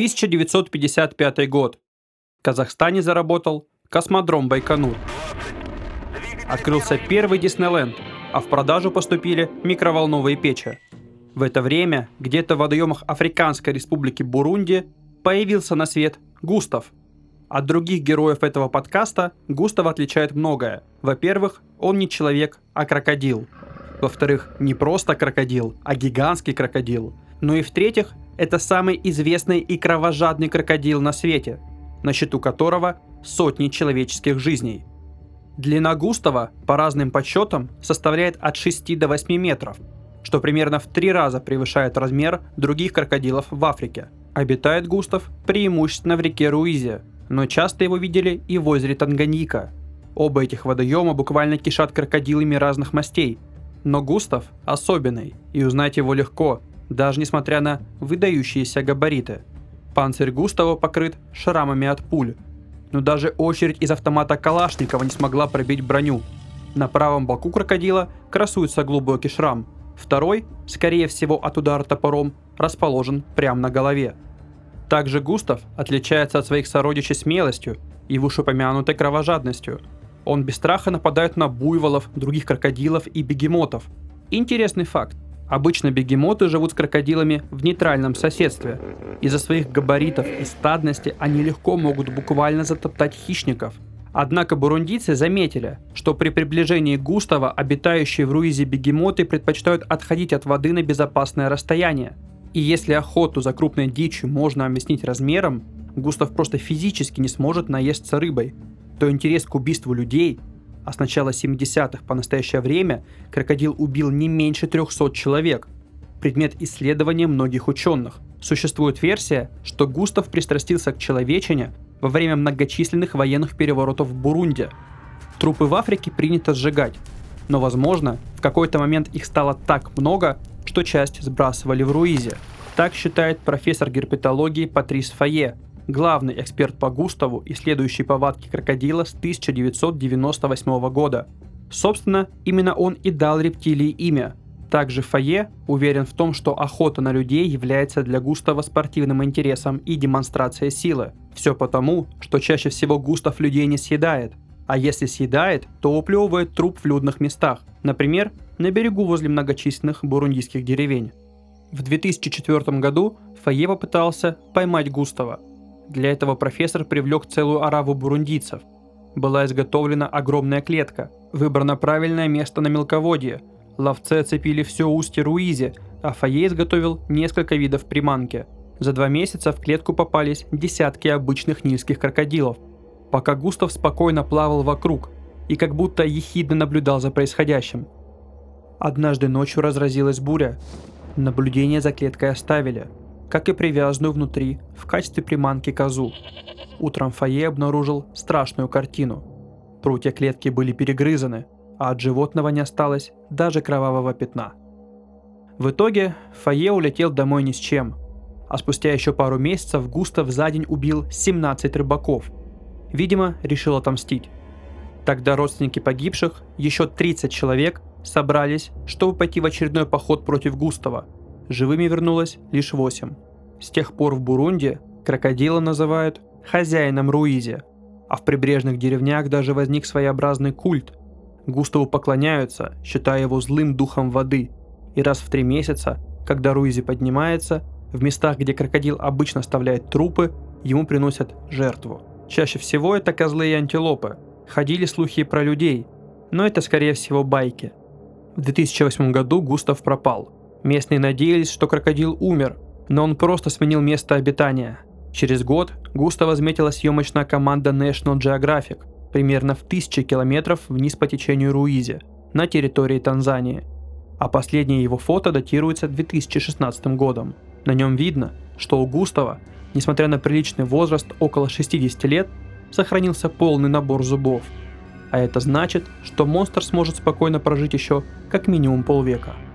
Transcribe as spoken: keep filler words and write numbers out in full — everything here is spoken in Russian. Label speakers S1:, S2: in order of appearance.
S1: тысяча девятьсот пятьдесят пятый год. В Казахстане заработал космодром Байконур. Открылся первый Диснейленд, а в продажу поступили микроволновые печи. В это время где-то в водоемах Африканской республики Бурунди появился на свет Густав. От других героев этого подкаста Густава отличает многое. Во-первых, он не человек, а крокодил. Во-вторых, не просто крокодил, а гигантский крокодил. Ну и в-третьих, это самый известный и кровожадный крокодил на свете, на счету которого сотни человеческих жизней. Длина Густава, по разным подсчетам, составляет от шести до восьми метров, что примерно в три раза превышает размер других крокодилов в Африке. Обитает Густав преимущественно в реке Руизе, но часто его видели и в озере Танганьика. Оба этих водоема буквально кишат крокодилами разных мастей, но Густав особенный, и узнать его легко, даже несмотря на выдающиеся габариты. Панцирь Густава покрыт шрамами от пуль, но даже очередь из автомата Калашникова не смогла пробить броню. На правом боку крокодила красуется глубокий шрам, второй, скорее всего от удара топором, расположен прямо на голове. Также Густав отличается от своих сородичей смелостью и вышеупомянутой кровожадностью. Он без страха нападает на буйволов, других крокодилов и бегемотов. Интересный факт. Обычно бегемоты живут с крокодилами в нейтральном соседстве. Из-за своих габаритов и стадности они легко могут буквально затоптать хищников. Однако бурундийцы заметили, что при приближении Густава обитающие в Руизе бегемоты предпочитают отходить от воды на безопасное расстояние. И если охоту за крупной дичью можно объяснить размером, Густав просто физически не сможет наесться рыбой, то интерес к убийству людей, а с начала семидесятых по настоящее время крокодил убил не меньше трехсот человек, предмет исследования многих ученых. Существует версия, что Густав пристрастился к человечине во время многочисленных военных переворотов в Бурунди. Трупы в Африке принято сжигать, но, возможно, в какой-то момент их стало так много, что часть сбрасывали в Руизе. Так считает профессор герпетологии Патрис Фае, главный эксперт по Густаву, исследующий повадки крокодила с тысяча девятьсот девяносто восьмого года. Собственно, именно он и дал рептилии имя. Также Фае уверен в том, что охота на людей является для Густава спортивным интересом и демонстрацией силы. Все потому, что чаще всего Густав людей не съедает, а если съедает, то уплевывает труп в людных местах, например, на берегу возле многочисленных бурундийских деревень. В две тысячи четвёртом году Фае попытался поймать Густава. Для этого профессор привлек целую ораву бурундийцев. Была изготовлена огромная клетка, выбрано правильное место на мелководье, ловцы оцепили все устье Руизе, а Фае изготовил несколько видов приманки. За два месяца в клетку попались десятки обычных нильских крокодилов, пока Густав спокойно плавал вокруг и как будто ехидно наблюдал за происходящим. Однажды ночью разразилась буря. Наблюдение за клеткой оставили, как и привязанную внутри в качестве приманки козу. Утром Фае обнаружил страшную картину. Прутья клетки были перегрызаны, а от животного не осталось даже кровавого пятна. В итоге Фае улетел домой ни с чем, а спустя еще пару месяцев Густав за день убил семнадцать рыбаков. Видимо, решил отомстить. Тогда родственники погибших, еще тридцать человек, собрались, чтобы пойти в очередной поход против Густава. Живыми вернулось лишь восемь. С тех пор в Бурунди крокодила называют хозяином Руизе, а в прибрежных деревнях даже возник своеобразный культ. Густаву поклоняются, считая его злым духом воды, и раз в три месяца, когда Руизе поднимается, в местах, где крокодил обычно оставляет трупы, ему приносят жертву. Чаще всего это козлы и антилопы. Ходили слухи про людей, но это скорее всего байки. В две тысячи восьмом году Густав пропал. Местные надеялись, что крокодил умер, но он просто сменил место обитания. Через год Густава заметила съемочная команда National Geographic примерно в тысячи километров вниз по течению Руизе, на территории Танзании. А последнее его фото датируется две тысячи шестнадцатым годом. На нем видно, что у Густава, несмотря на приличный возраст около шестидесяти лет, сохранился полный набор зубов. А это значит, что монстр сможет спокойно прожить еще как минимум полвека.